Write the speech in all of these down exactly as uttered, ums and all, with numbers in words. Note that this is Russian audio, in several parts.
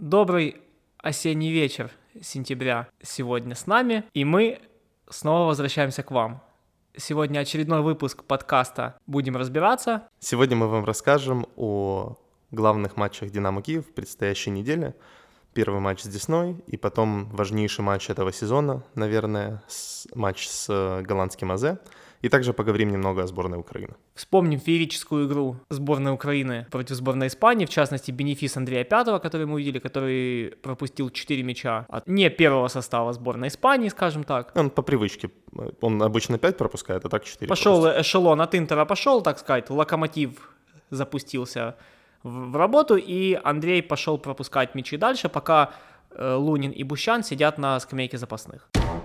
Добрый осенний вечер сентября сегодня с нами, и мы снова возвращаемся к вам. Сегодня очередной выпуск подкаста «Будем разбираться». Сегодня мы вам расскажем о главных матчах «Динамо Киев» в предстоящей неделе. Первый матч с Десной, и потом важнейший матч этого сезона, наверное, с, матч с голландским АЗ. И также поговорим немного о сборной Украины. Вспомним феерическую игру сборной Украины против сборной Испании, в частности, бенефис Андрея Пятого, который мы увидели, который пропустил четыре мяча от не первого состава сборной Испании, скажем так. Он по привычке, он обычно пять пропускает, а так четыре. Пошел пропустил. Эшелон от Интера, пошел, так сказать, Локомотив запустился в, в работу, и Андрей пошел пропускать мячи дальше, пока э, Лунин и Бущан сидят на скамейке запасных.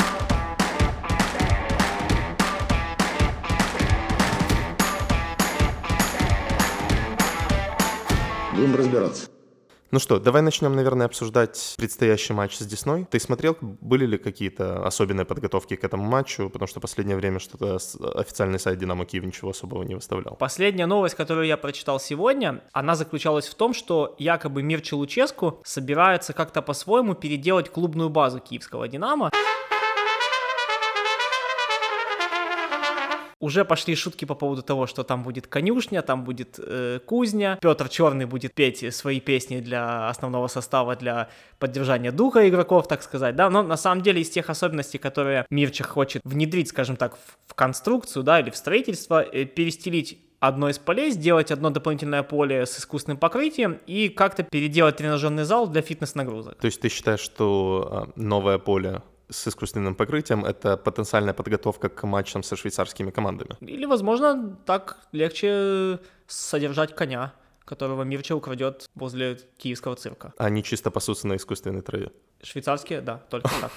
Будем разбираться. Ну что, давай начнем, наверное, обсуждать предстоящий матч с Десной. Ты смотрел, были ли какие-то особенные подготовки к этому матчу? Потому что в последнее время что-то официальный сайт «Динамо Киев» ничего особого не выставлял. Последняя новость, которую я прочитал сегодня, она заключалась в том, что якобы Мирча Луческу собирается как-то по-своему переделать клубную базу киевского «Динамо». Уже пошли шутки по поводу того, что там будет конюшня, там будет э, кузня. Петр Черный будет петь свои песни для основного состава, для поддержания духа игроков, так сказать, да. Но на самом деле из тех особенностей, которые Мирча хочет внедрить, скажем так, в, в конструкцию, да, или в строительство, э, перестелить одно из полей, сделать одно дополнительное поле с искусственным покрытием и как-то переделать тренажерный зал для фитнес-нагрузок. То есть ты считаешь, что новое поле с искусственным покрытием — это потенциальная подготовка к матчам со швейцарскими командами? Или, возможно, так легче содержать коня, которого Мирча украдет возле киевского цирка. Они чисто пасутся на искусственной траве? Швейцарские, да, только так.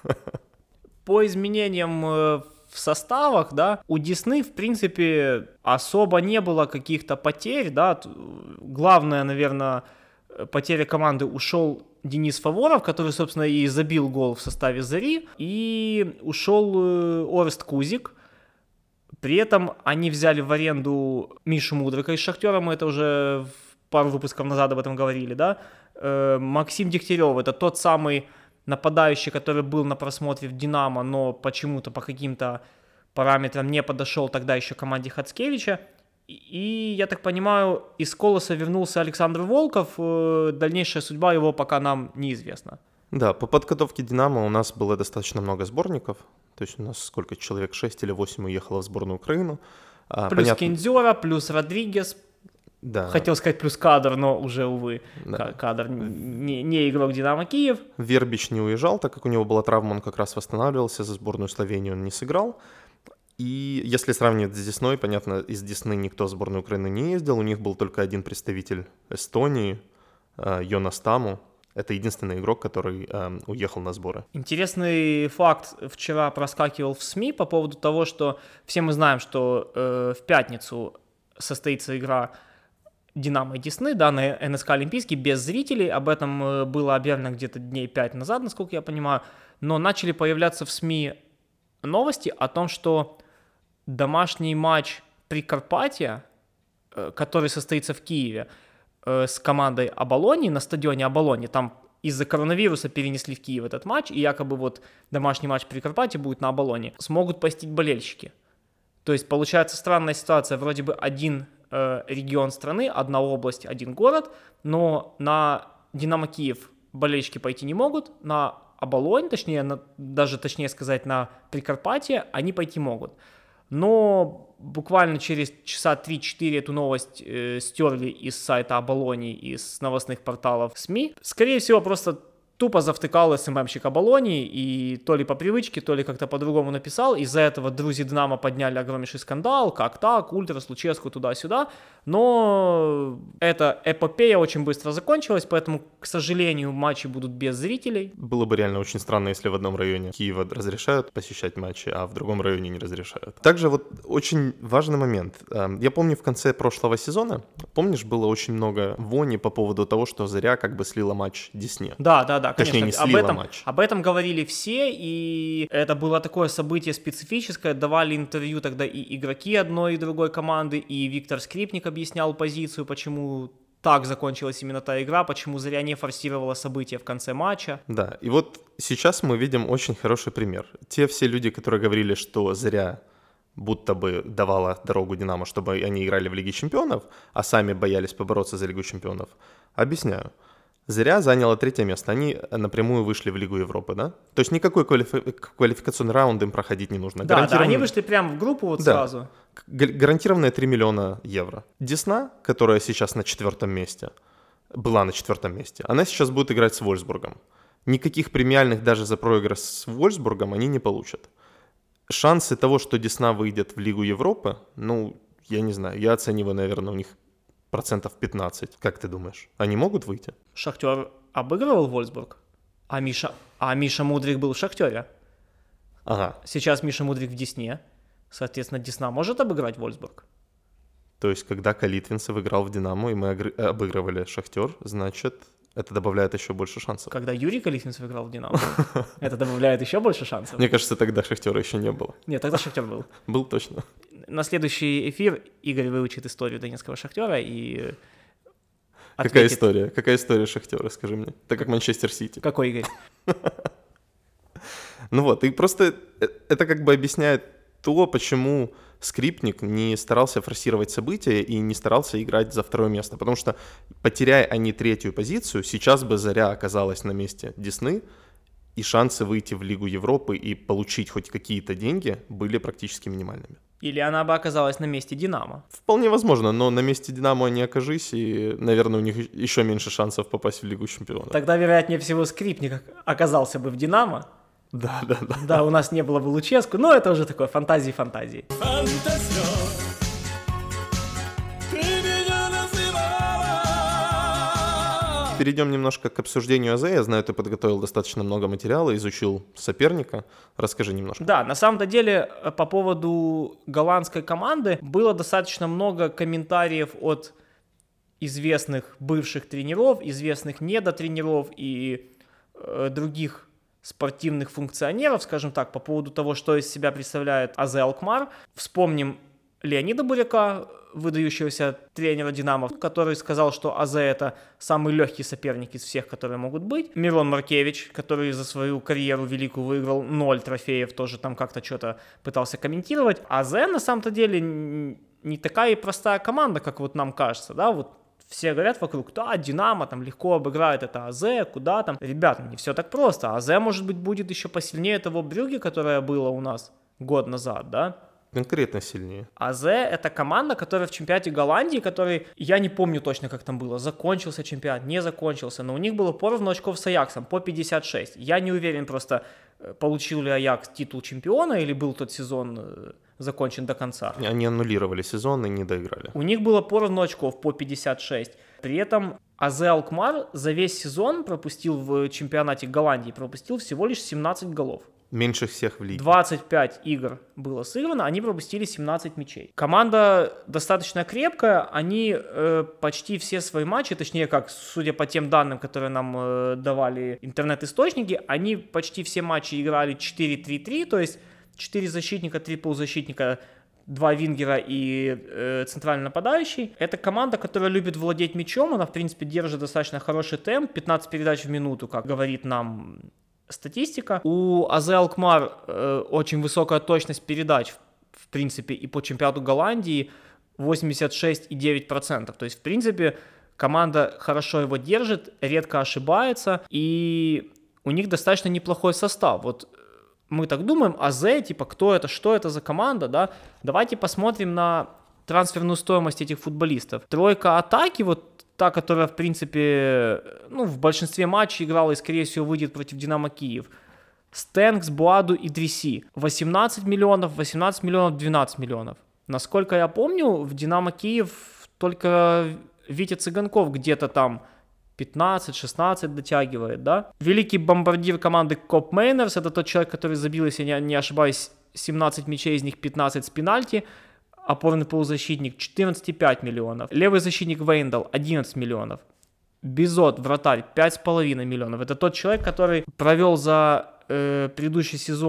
По изменениям в составах, да, у Десны, в принципе, особо не было каких-то потерь, да. Главное, наверное, потеря команды — ушел Денис Фаворов, который, собственно, и забил гол в составе «Зари», и ушел Орест Кузик. При этом они взяли в аренду Мишу Мудрика из «Шахтера», мы это уже пару выпусков назад об этом говорили, да. Максим Дегтярев — это тот самый нападающий, который был на просмотре в «Динамо», но почему-то по каким-то параметрам не подошел тогда еще команде Хацкевича. И, я так понимаю, из Колоса вернулся Александр Волков, дальнейшая судьба его пока нам неизвестна. Да, по подготовке «Динамо» у нас было достаточно много сборников, то есть у нас сколько человек, шесть или восемь уехало в сборную Украину. Плюс Понятно... Кинзера, плюс Родригес, да. Хотел сказать плюс Кадр, но уже, увы, да. Кадр не, не игрок «Динамо Киев». Вербич не уезжал, так как у него была травма, он как раз восстанавливался, за сборную Словении он не сыграл. И если сравнивать с Десной, понятно, из Десны никто в сборную Украины не ездил, у них был только один представитель Эстонии, Йонас Таму. Это единственный игрок, который э, уехал на сборы. Интересный факт вчера проскакивал в СМИ по поводу того, что все мы знаем, что э, в пятницу состоится игра «Динамо» и Десны, да, на эн эс ка Олимпийский, без зрителей. Об этом было объявлено где-то дней пять назад, насколько я понимаю. Но начали появляться в СМИ новости о том, что домашний матч Прикарпатья, который состоится в Киеве, с командой Оболони на стадионе Оболони, там из-за коронавируса перенесли в Киев этот матч, и якобы вот домашний матч Прикарпатья будет на Оболони, смогут посетить болельщики. То есть получается странная ситуация, вроде бы один э, регион страны, одна область, один город, но на Динамо Киев болельщики пойти не могут, на Оболонь, точнее, на, даже точнее сказать, на Прикарпатье они пойти могут. Но буквально через часа три-четыре эту новость э, стерли из сайта Оболони, из новостных порталов СМИ. Скорее всего, просто тупо завтыкал эс эм эм-щик Оболони и то ли по привычке, то ли как-то по-другому написал. Из-за этого друзья Динамо подняли огромнейший скандал, как так, Ультрас, Луческу, туда-сюда. Но эта эпопея очень быстро закончилась, поэтому, к сожалению, матчи будут без зрителей. Было бы реально очень странно, если в одном районе Киева разрешают посещать матчи, а в другом районе не разрешают. Также вот очень важный момент. Я помню, в конце прошлого сезона, помнишь, было очень много вони по поводу того, что Заря как бы слила матч Десне. Да, да, да, Точнее, конечно. не слила об этом, матч. Об этом говорили все, и это было такое событие специфическое. Давали интервью тогда и игроки одной и другой команды, и Виктор Скрипник объяснял позицию, почему так закончилась именно та игра, почему Заря не форсировала события в конце матча. Да, и вот сейчас мы видим очень хороший пример. Те все люди, которые говорили, что Заря будто бы давала дорогу Динамо, чтобы они играли в Лиге Чемпионов, а сами боялись побороться за Лигу Чемпионов, объясняю. Заря заняла третье место, они напрямую вышли в Лигу Европы, да? То есть никакой квалифи- квалификационный раунд им проходить не нужно. Да, да, они вышли прямо в группу вот да. сразу. Г- гарантированные три миллиона евро. Десна, которая сейчас на четвертом месте, была на четвертом месте, она сейчас будет играть с Вольфсбургом. Никаких премиальных даже за проигрыш с Вольфсбургом они не получат. Шансы того, что Десна выйдет в Лигу Европы, ну, я не знаю, я оцениваю, наверное, у них процентов пятнадцать. Как ты думаешь, они могут выйти? Шахтер обыгрывал Вольфсбург, а Миша, а Миша Мудрик был в Шахтере. Ага. Сейчас Миша Мудрик в Десне, соответственно, Десна может обыграть Вольфсбург. То есть, когда Калитвинцев играл в Динамо, и мы обыгрывали Шахтер, значит, это добавляет еще больше шансов. Когда Юрий Калитвинцев играл в Динамо, это добавляет еще больше шансов. Мне кажется, тогда Шахтера еще не было. Нет, тогда Шахтер был. Был точно. На следующий эфир Игорь выучит историю Донецкого Шахтера и ответит... Какая история? Какая история Шахтера, скажи мне? Так как Манчестер Сити. Какой Игорь? Ну вот, и просто это как бы объясняет то, почему Скрипник не старался форсировать события и не старался играть за второе место. Потому что, потеряя они третью позицию, сейчас бы Заря оказалась на месте Десны, и шансы выйти в Лигу Европы и получить хоть какие-то деньги были практически минимальными. Или она бы оказалась на месте Динамо. Вполне возможно, но на месте Динамо не окажись, и, наверное, у них еще меньше шансов попасть в Лигу Чемпионов. Тогда, вероятнее всего, Скрипник оказался бы в Динамо. Да, да, да. Да, у нас не было бы Луческу, но это уже такое фантазии-фантазии. Перейдем немножко к обсуждению АЗ. Я знаю, ты подготовил достаточно много материала, изучил соперника. Расскажи немножко. Да, на самом-то деле по поводу голландской команды было достаточно много комментариев от известных бывших тренеров, известных недотренеров и э, других спортивных функционеров, скажем так, по поводу того, что из себя представляет АЗ Алкмар. Вспомним Леонида Буряка, выдающегося тренера Динамо, который сказал, что АЗ это самый легкий соперник из всех, которые могут быть. Мирон Маркевич, который за свою карьеру великую выиграл ноль трофеев, тоже там как-то что-то пытался комментировать. АЗ на самом-то деле не такая и простая команда, как вот нам кажется, да, вот все говорят вокруг, да, Динамо там легко обыграет это АЗ, куда там. Ребята, не все так просто. АЗ, может быть, будет еще посильнее того Брюгге, которое было у нас год назад, да? Конкретно сильнее. АЗ — это команда, которая в чемпионате Голландии, который, я не помню точно, как там было, закончился чемпионат, не закончился, но у них было поровну очков с Аяксом, по пятьдесят шесть. Я не уверен просто, получил ли Аякс титул чемпиона или был тот сезон закончен до конца. Они аннулировали сезон и не доиграли. У них было поровну очков по пятьдесят шесть. При этом АЗ Алкмар за весь сезон пропустил в чемпионате Голландии, пропустил всего лишь семнадцать голов. Меньше всех в лиге. двадцать пять игр было сыграно, они пропустили семнадцать мячей. Команда достаточно крепкая, они э, почти все свои матчи, точнее как, судя по тем данным, которые нам э, давали интернет-источники, они почти все матчи играли четыре три три, то есть четыре защитника, три полузащитника, два вингера и э, центральный нападающий. Это команда, которая любит владеть мячом, она в принципе держит достаточно хороший темп, пятнадцать передач в минуту, как говорит нам статистика. У АЗ Алкмар э, очень высокая точность передач, в принципе, и по чемпионату Голландии восемьдесят шесть целых девять десятых процента. То есть, в принципе, команда хорошо его держит, редко ошибается, и у них достаточно неплохой состав. Вот мы так думаем, АЗ, типа, кто это, что это за команда, да? Давайте посмотрим на трансферную стоимость этих футболистов. Тройка атаки, вот та, которая, в принципе, ну, в большинстве матчей играла и, скорее всего, выйдет против Динамо Киев. Стенкс, Буаду и Дриси. восемнадцать миллионов, восемнадцать миллионов, двенадцать миллионов. Насколько я помню, в Динамо Киев только Витя Цыганков где-то там пятнадцать-шестнадцать дотягивает, да? Великий бомбардир команды Коп Мейнерс, это тот человек, который забил, если я не ошибаюсь, семнадцать мячей, из них пятнадцать с пенальти. Опорный полузащитник четырнадцать целых пять миллионов. Левый защитник Вейндал одиннадцать миллионов. Бизот, вратарь, пять целых пять миллионов. Это тот человек, который провел за э, предыдущий сезон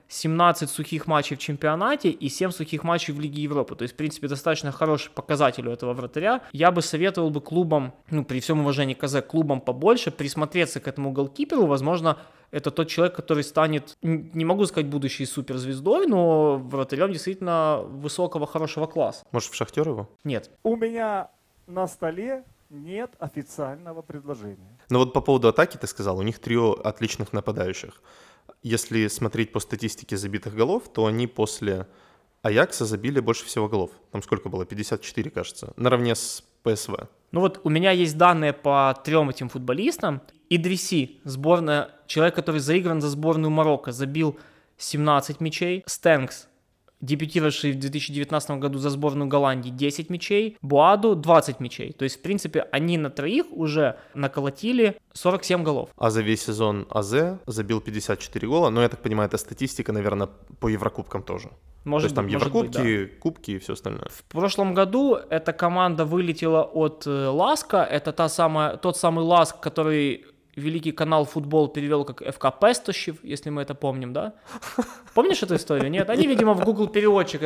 семнадцать сухих матчей в чемпионате и семь сухих матчей в Лиге Европы. То есть, в принципе, достаточно хороший показатель у этого вратаря. Я бы советовал бы клубам, ну, при всем уважении к АЗ, клубам побольше присмотреться к этому голкиперу. Возможно, это тот человек, который станет, не могу сказать, будущей суперзвездой, но вратарем действительно высокого, хорошего класса. Может, в «Шахтер» его? Нет. У меня на столе нет официального предложения. Но вот по поводу атаки ты сказал, у них трио отличных нападающих. Если смотреть по статистике забитых голов, то они после Аякса забили больше всего голов. Там сколько было? пятьдесят четыре, кажется. Наравне с ПСВ. Ну вот у меня есть данные по трем этим футболистам. Идриси, сборная, человек, который заигран за сборную Марокко, забил семнадцать мячей. Стэнкс, дебютировавший в две тысячи девятнадцатом году за сборную Голландии, десять мячей. Буаду двадцать мячей. То есть, в принципе, они на троих уже наколотили сорок семь голов. А за весь сезон АЗ забил пятьдесят четыре гола. Но я так понимаю, это статистика, наверное, по Еврокубкам тоже. Может То есть там быть, может Еврокубки, быть, да. Кубки и все остальное. В прошлом году эта команда вылетела от э, Ласка. Это та самая, тот самый Ласк, который великий канал «Футбол» перевел как эф ка Пестощев, если мы это помним, да? Помнишь эту историю? Нет? Они, видимо, в Google переводчик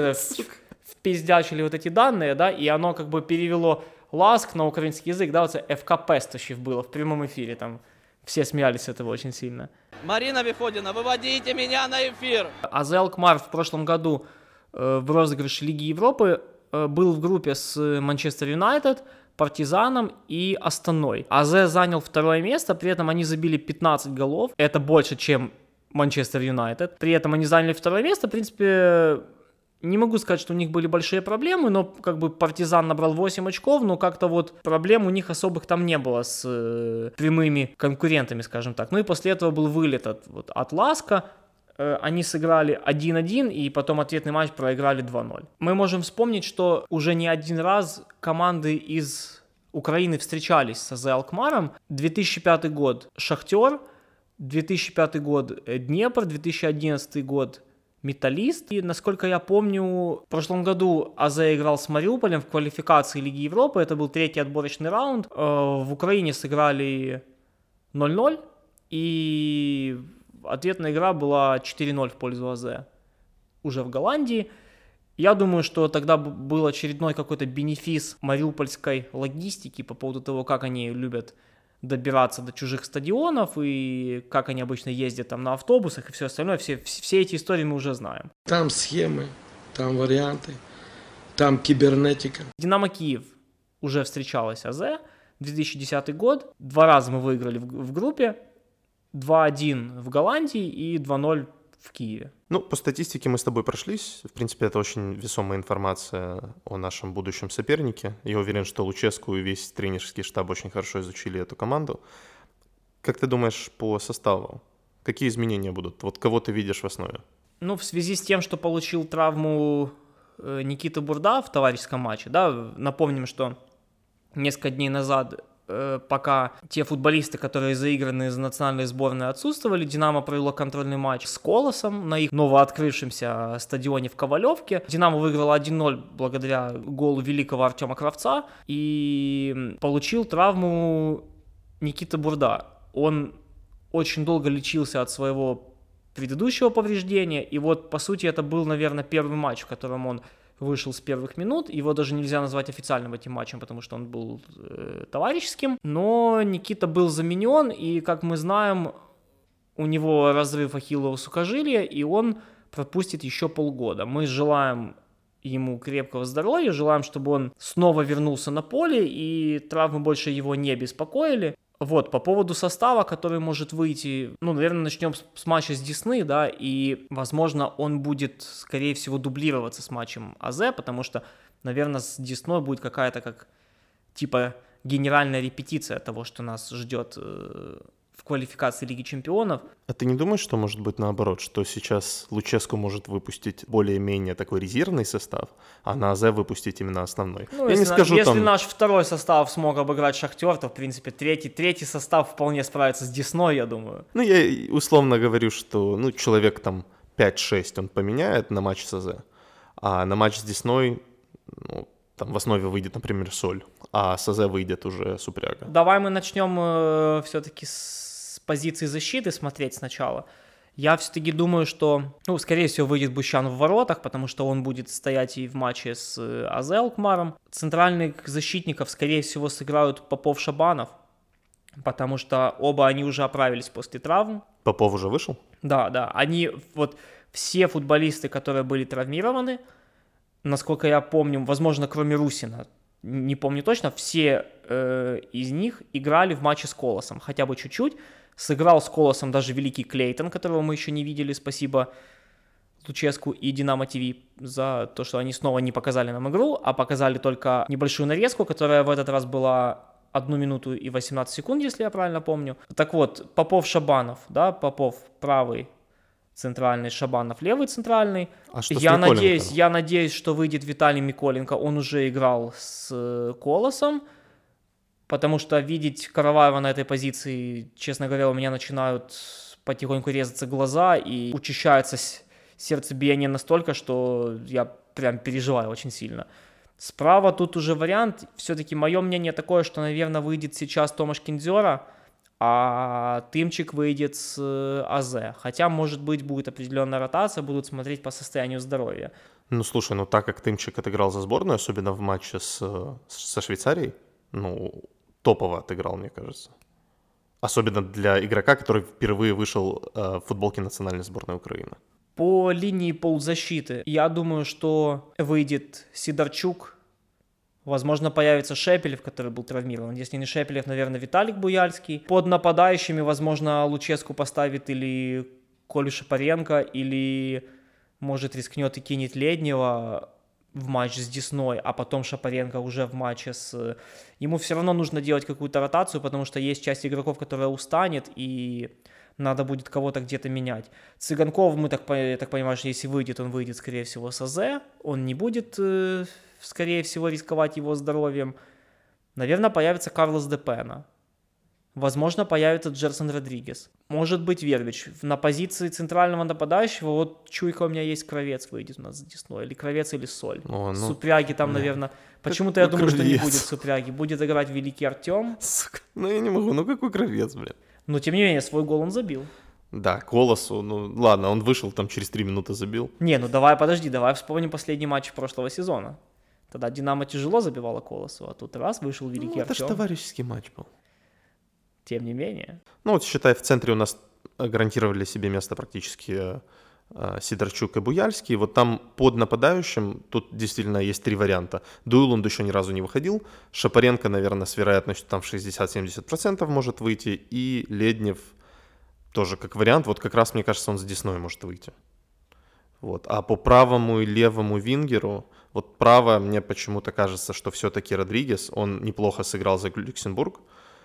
впиздячили вот эти данные, да, и оно как бы перевело Ласк на украинский язык, да, вот это эф ка Пестощев было в прямом эфире, там все смеялись с этого очень сильно. Марина Виходина, выводите меня на эфир! АЗ Алкмар в прошлом году э, в розыгрыше Лиги Европы э, был в группе с Манчестер Юнайтед, Партизаном и Астаной. АЗ занял второе место, при этом они забили пятнадцать голов. Это больше, чем Манчестер Юнайтед. При этом они заняли второе место. В принципе, не могу сказать, что у них были большие проблемы, но как бы Партизан набрал восемь очков, но как-то вот проблем у них особых там не было с э, прямыми конкурентами, скажем так. Ну и после этого был вылет от, вот, от Ласка. Они сыграли один-один, и потом ответный матч проиграли два-ноль. Мы можем вспомнить, что уже не один раз команды из Украины встречались с АЗ Алкмаром. две тысячи пятый год Шахтер, две тысячи пятый год Днепр, две тысячи одиннадцатый год Металлист. И, насколько я помню, в прошлом году АЗ играл с Мариуполем в квалификации Лиги Европы. Это был третий отборочный раунд. В Украине сыграли ноль-ноль, и ответная игра была четыре-ноль в пользу АЗ уже в Голландии. Я думаю, что тогда был очередной какой-то бенефис мариупольской логистики по поводу того, как они любят добираться до чужих стадионов и как они обычно ездят там на автобусах и все остальное. Все, все эти истории мы уже знаем. Там схемы, там варианты, там кибернетика. Динамо Киев уже встречалась АЗ, две тысячи десятый год. Два раза мы выиграли в, в группе. два-один в Голландии и два-ноль в Киеве. Ну, по статистике мы с тобой прошлись. В принципе, это очень весомая информация о нашем будущем сопернике. Я уверен, что Луческу и весь тренерский штаб очень хорошо изучили эту команду. Как ты думаешь по составу? Какие изменения будут? Вот кого ты видишь в основе? Ну, в связи с тем, что получил травму Никита Бурда в товарищеском матче, да, напомним, что несколько дней назад, пока те футболисты, которые заиграны из национальной сборной, отсутствовали, Динамо провело контрольный матч с Колосом на их новооткрывшемся стадионе в Ковалевке. Динамо выиграло один-ноль благодаря голу великого Артема Кравца и получил травму Никита Бурда. Он очень долго лечился от своего предыдущего повреждения, и вот, по сути, это был, наверное, первый матч, в котором он вышел с первых минут. Его даже нельзя назвать официальным этим матчем, потому что он был э, товарищеским. Но Никита был заменен, и, как мы знаем, у него разрыв ахиллового сухожилия, и он пропустит еще полгода. Мы желаем ему крепкого здоровья, желаем, чтобы он снова вернулся на поле, и травмы больше его не беспокоили. Вот, по поводу состава, который может выйти, ну, наверное, начнем с, с матча с Десны, да, и, возможно, он будет, скорее всего, дублироваться с матчем АЗ, потому что, наверное, с Десной будет какая-то, как, типа, генеральная репетиция того, что нас ждет э, в квалификации Лиги Чемпионов. А ты не думаешь, что может быть наоборот, что сейчас Луческу может выпустить более-менее такой резервный состав, а на АЗ выпустить именно основной? Ну, Я если, не скажу, если там... наш второй состав смог обыграть Шахтер, то, в принципе, третий, третий состав вполне справится с Десной, я думаю. Ну, я условно говорю, что, ну, человек там пять-шесть он поменяет на матч с АЗ, а на матч с Десной, ну, там в основе выйдет, например, Соль, а с АЗ выйдет уже Супряга. Давай мы начнем э, все-таки с позиции защиты смотреть сначала. Я все-таки думаю, что, ну, скорее всего, выйдет Бущан в воротах, потому что он будет стоять и в матче с АЗ Алкмаром. Центральных защитников, скорее всего, сыграют Попов-Шабанов, потому что оба они уже оправились после травм. Попов уже вышел? Да, да, они, вот все футболисты, которые были травмированы, насколько я помню, возможно, кроме Русина, не помню точно, все э, из них играли в матче с Колосом, хотя бы чуть-чуть. Сыграл с Колосом даже великий Клейтон, которого мы еще не видели, спасибо Луческу и Динамо ТВ за то, что они снова не показали нам игру, а показали только небольшую нарезку, которая в этот раз была одну минуту и восемнадцать секунд, если я правильно помню. Так вот, Попов-Шабанов, да, Попов правый центральный, Шабанов левый центральный. А что я с надеюсь, я надеюсь, что выйдет Виталий Миколенко, он уже играл с Колосом, потому что видеть Караваева на этой позиции, честно говоря, у меня начинают потихоньку резаться глаза и учащается сердцебиение настолько, что я прям переживаю очень сильно. Справа тут уже вариант, все-таки мое мнение такое, что, наверное, выйдет сейчас Томаш Киндзера, а Тымчик выйдет с АЗ. Хотя, может быть, будет определенная ротация, будут смотреть по состоянию здоровья. Ну, слушай, ну так как Тымчик отыграл за сборную, особенно в матче с, со Швейцарией, ну, топово отыграл, мне кажется. Особенно для игрока, который впервые вышел э, в футболке национальной сборной Украины. По линии полузащиты, я думаю, что выйдет Сидорчук. Возможно, появится Шепелев, который был травмирован. Если не Шепелев, наверное, Виталик Буяльский. Под нападающими, возможно, Луческу поставит или Колю Шапаренко, или, может, рискнет и кинет Леднева в матч с Десной, а потом Шапаренко уже в матче с... Ему все равно нужно делать какую-то ротацию, потому что есть часть игроков, которая устанет, и надо будет кого-то где-то менять. Цыганков, мы так, я так понимаю, что если выйдет, он выйдет, скорее всего, с АЗ. Он не будет, скорее всего, рисковать его здоровьем. Наверное, появится Карлос Депена. Возможно, появится Джерсон Родригес. Может быть, Вербич. На позиции центрального нападающего, вот чуйка у меня есть, Кравец выйдет у нас с Десной. Или Кравец, или Соль. О, ну, Супряги там, да. наверное... Почему-то я Какой думаю, Кравец? что не будет Супряги. Будет играть Великий Артем. Сука, ну я не могу, ну какой Кравец, блин. Но, тем не менее, свой гол он забил. Да, Колосу, ну ладно, он вышел, там через три минуты забил. Не, ну давай, подожди, давай вспомним последний матч прошлого сезона. Тогда Динамо тяжело забивала Колосу, а тут раз вышел Великий Ну, это Артем. же товарищеский матч был. Тем не менее. Ну вот считай, в центре у нас гарантировали себе место практически э, Сидорчук и Буяльский. Вот там под нападающим тут действительно есть три варианта. Дуйлунд еще ни разу не выходил. Шапаренко, наверное, с вероятностью там в шестьдесят-семьдесят процентов может выйти. И Леднев тоже как вариант. Вот как раз, мне кажется, он с Десной может выйти. Вот. А по правому и левому вингеру, вот право, мне почему-то кажется, что все-таки Родригес, он неплохо сыграл за Люксембург.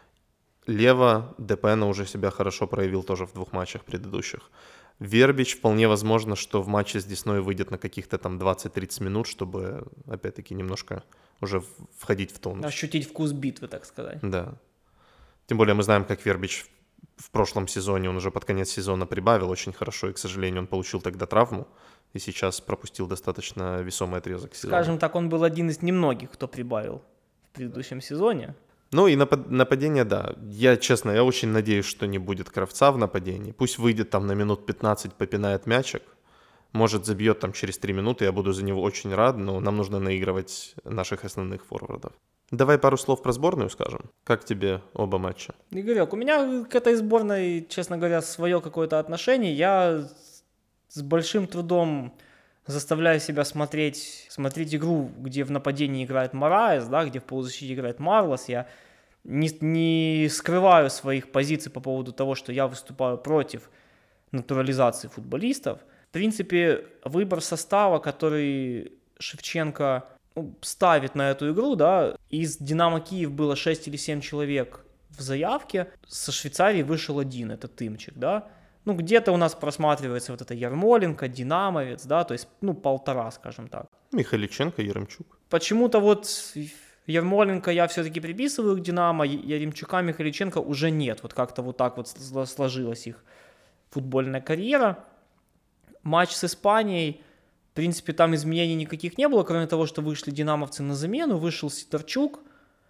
Лево Депена уже себя хорошо проявил тоже в двух матчах предыдущих. Вербич вполне возможно, что в матче с Десной выйдет на каких-то там двадцать-тридцать минут, чтобы опять-таки немножко уже входить в тонус. Ощутить вкус битвы, так сказать. Да. Тем более мы знаем, как Вербич в прошлом сезоне, он уже под конец сезона прибавил очень хорошо, и, к сожалению, он получил тогда травму, и сейчас пропустил достаточно весомый отрезок сезона. Скажем так, он был один из немногих, кто прибавил в предыдущем сезоне. Ну и напад- нападение, да. Я, честно, я очень надеюсь, что не будет Кравца в нападении. Пусть выйдет там на минут пятнадцать, попинает мячик. Может, забьет там через три минуты, я буду за него очень рад, но нам нужно наигрывать наших основных форвардов. Давай пару слов про сборную скажем. Как тебе оба матча? Игорек, у меня к этой сборной, честно говоря, свое какое-то отношение. Я с большим трудом заставляю себя смотреть, смотреть игру, где в нападении играет Мораес, да, где в полузащите играет Марлос. Я не, не скрываю своих позиций по поводу того, что я выступаю против натурализации футболистов. В принципе, выбор состава, который Шевченко ставит на эту игру, да, из Динамо Киев было шесть или семь человек в заявке, со Швейцарии вышел один, это Тымчик, да. Ну, где-то у нас просматривается вот это Ярмоленко, Динамовец, да, то есть, ну, полтора, скажем так. Михаличенко, Яремчук. Почему-то вот Ярмоленко я все-таки приписываю к Динамо, Яремчука, Михаличенко уже нет. Вот как-то вот так вот сложилась их футбольная карьера. Матч с Испанией, в принципе, там изменений никаких не было, кроме того, что вышли динамовцы на замену, вышел Сидорчук,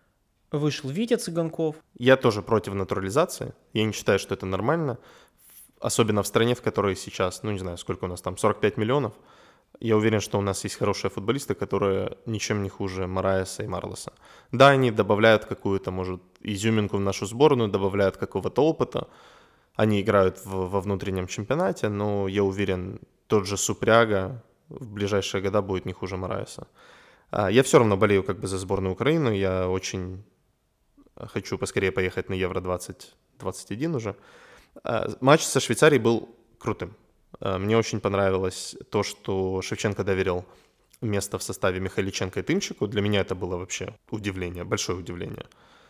вышел Витя Цыганков. Я тоже против натурализации. Я не считаю, что это нормально. особенно в стране, в которой сейчас, ну не знаю, сколько у нас там, сорок пять миллионов, я уверен, что у нас есть хорошие футболисты, которые ничем не хуже Мораеса и Марлоса. Да, они добавляют какую-то, может, изюминку в нашу сборную, добавляют какого-то опыта, они играют в, во внутреннем чемпионате, но я уверен, тот же Супряга в ближайшие года будет не хуже Мораеса. Я все равно болею как бы за сборную Украины, я очень хочу поскорее поехать на Евро двадцать двадцать один уже. Матч со Швейцарией был крутым. Мне очень понравилось то, что Шевченко доверил место в составе Михайличенко и Тымчику. Для меня это было вообще удивление, большое удивление.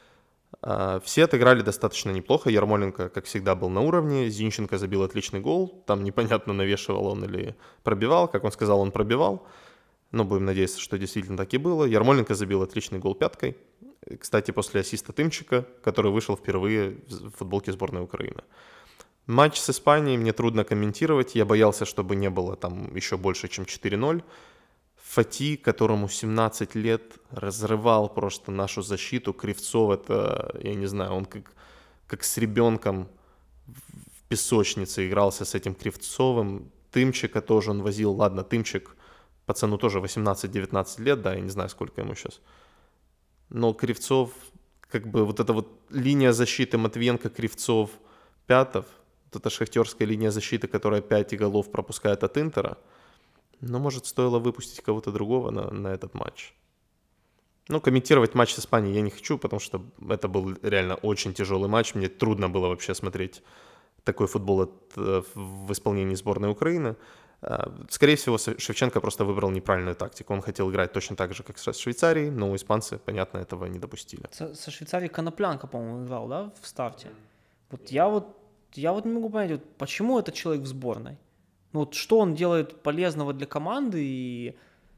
Все отыграли достаточно неплохо. Ярмоленко, как всегда, был на уровне. Зинченко забил отличный гол. Там непонятно, навешивал он или пробивал. Как он сказал, он пробивал. Но будем надеяться, что действительно так и было. Ярмоленко забил отличный гол пяткой. Кстати, после ассиста Тымчика, который вышел впервые в футболке сборной Украины. Матч с Испанией мне трудно комментировать. Я боялся, чтобы не было там еще больше, чем четыре ноль. Фати, которому семнадцать лет, разрывал просто нашу защиту. Кривцов, это, я не знаю, он как, как с ребенком в песочнице игрался с этим Кривцовым. Тымчика тоже он возил. Ладно, Тымчик, пацану тоже восемнадцать-девятнадцать лет, да, я не знаю, сколько ему сейчас. Но Кривцов, как бы вот эта вот линия защиты Матвиенко, Кривцов, Пятов, вот эта шахтерская линия защиты, которая пять голов пропускает от Интера, но, может, стоило выпустить кого-то другого на, на этот матч. Ну, комментировать матч с Испанией я не хочу, потому что это был реально очень тяжелый матч. Мне трудно было вообще смотреть такой футбол от, в исполнении сборной Украины. Скорее всего, Шевченко просто выбрал неправильную тактику. Он хотел играть точно так же, как с Швейцарией, но испанцы, понятно, этого не допустили. Со, со Швейцарией Коноплянка, по-моему, играл, да, в старте? Вот я вот, я вот не могу понять, вот почему этот человек в сборной? Ну вот что он делает полезного для команды? И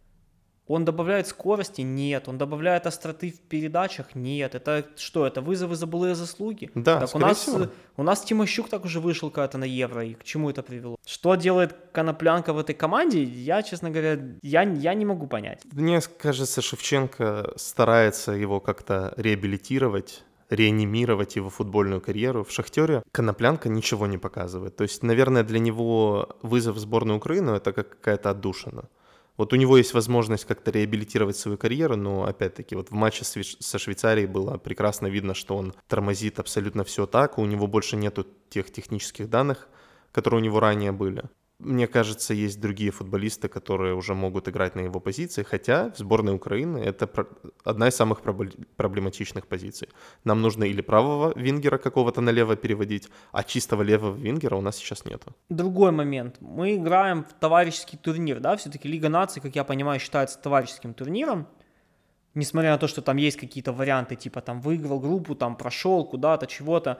он добавляет скорости? Нет. Он добавляет остроты в передачах? Нет. Это что? Это вызовы за былые заслуги? Да, так скорее у нас, всего. У нас Тимощук так уже вышел когда-то на Евро, и к чему это привело? Что делает Коноплянка в этой команде? Я, честно говоря, я, я не могу понять. Мне кажется, Шевченко старается его как-то реабилитировать, реанимировать его футбольную карьеру. В «Шахтере» Коноплянка ничего не показывает. То есть, наверное, для него вызов в сборную Украины — это как какая-то отдушина. Вот у него есть возможность как-то реабилитировать свою карьеру, но, опять-таки, вот в матче со Швейцарией было прекрасно видно, что он тормозит абсолютно всю атаку, у него больше нету тех технических данных, которые у него ранее были. Мне кажется, есть другие футболисты, которые уже могут играть на его позиции, хотя в сборной Украины это одна из самых проблематичных позиций. Нам нужно или правого вингера какого-то налево переводить, а чистого левого вингера у нас сейчас нету. Другой момент. Мы играем в товарищеский турнир, да, все-таки Лига наций, как я понимаю, считается товарищеским турниром, несмотря на то, что там есть какие-то варианты, типа там выиграл группу, там прошел куда-то, чего-то.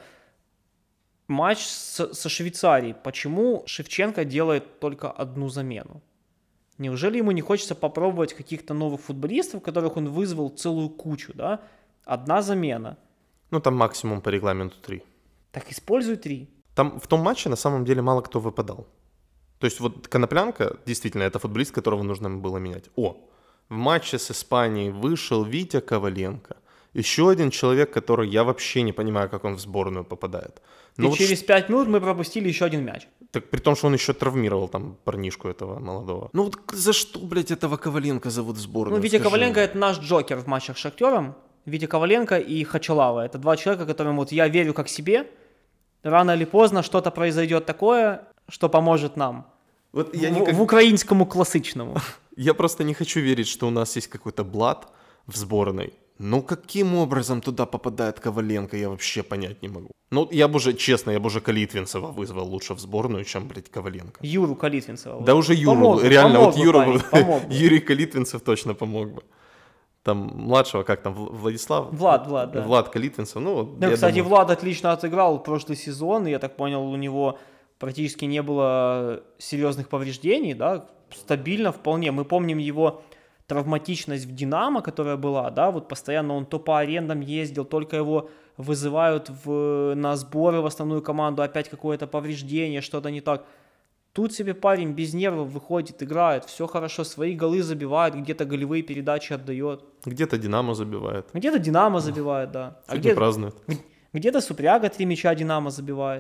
Матч с, со Швейцарией. Почему Шевченко делает только одну замену? Неужели ему не хочется попробовать каких-то новых футболистов, которых он вызвал целую кучу, да? Одна замена. Ну, там максимум по регламенту три. Так используй три. Там в том матче на самом деле мало кто выпадал. То есть вот Коноплянка, действительно, это футболист, которого нужно было менять. О, в матче с Испанией вышел Витя Коваленко. Еще один человек, который я вообще не понимаю, как он в сборную попадает. И вот через ш... пять минут мы пропустили еще один мяч. Так при том, что он еще травмировал там парнишку этого молодого. Ну вот за что, блядь, этого Коваленко зовут в сборную? Ну, Витя Скажи. Коваленко — это наш Джокер в матчах с Шахтером. Витя Коваленко и Хачалава. Это два человека, которым вот я верю как себе. Рано или поздно что-то произойдет такое, что поможет нам. Вот я в, никак... в украинскому классичному. Я просто не хочу верить, что у нас есть какой-то блат в сборной. Ну, каким образом туда попадает Коваленко, я вообще понять не могу. Ну, я бы уже, честно, я бы уже Калитвинцева вызвал лучше в сборную, чем, блядь, Коваленко. Юру Калитвинцева. Да уже Юру, помог, реально, помог вот Юру, парень, помог Юрий Калитвинцев точно помог бы. Там младшего, как там, Владислав? Влад, Влад, да. Влад Калитвинцев, ну, вот. Да, кстати, думаю... Влад отлично отыграл прошлый сезон, и я так понял, у него практически не было серьезных повреждений, да, стабильно вполне. Мы помним его травматичность в «Динамо», которая была, да, вот постоянно он то по арендам ездил, только его вызывают в, на сборы в основную команду, опять какое-то повреждение, что-то не так. Тут себе парень без нервов выходит, играет, все хорошо, свои голы забивает, где-то голевые передачи отдает. Где-то «Динамо» забивает. Где-то «Динамо» забивает, да. Сегодня а где, празднует. где-то Супряга три мяча «Динамо» забивает.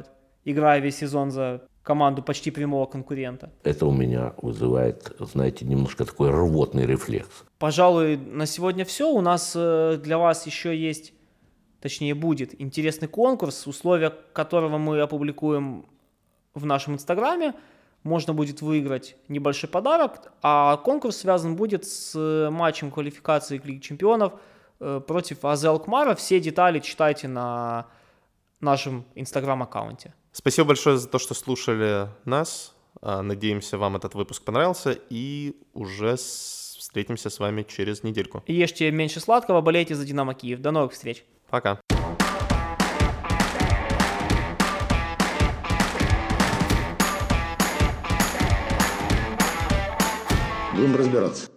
играя весь сезон за команду почти прямого конкурента. Это у меня вызывает, знаете, немножко такой рвотный рефлекс. Пожалуй, на сегодня все. У нас э, для вас еще есть, точнее будет, интересный конкурс, условия которого мы опубликуем в нашем инстаграме. Можно будет выиграть небольшой подарок, а конкурс связан будет с матчем квалификации к Лиге Чемпионов э, против АЗ Алкмара. Все детали читайте на нашем инстаграм-аккаунте. Спасибо большое за то, что слушали нас. Надеемся, вам этот выпуск понравился, и уже встретимся с вами через недельку. Ешьте меньше сладкого, болейте за Динамо Киев. До новых встреч. Пока. Будем разбираться.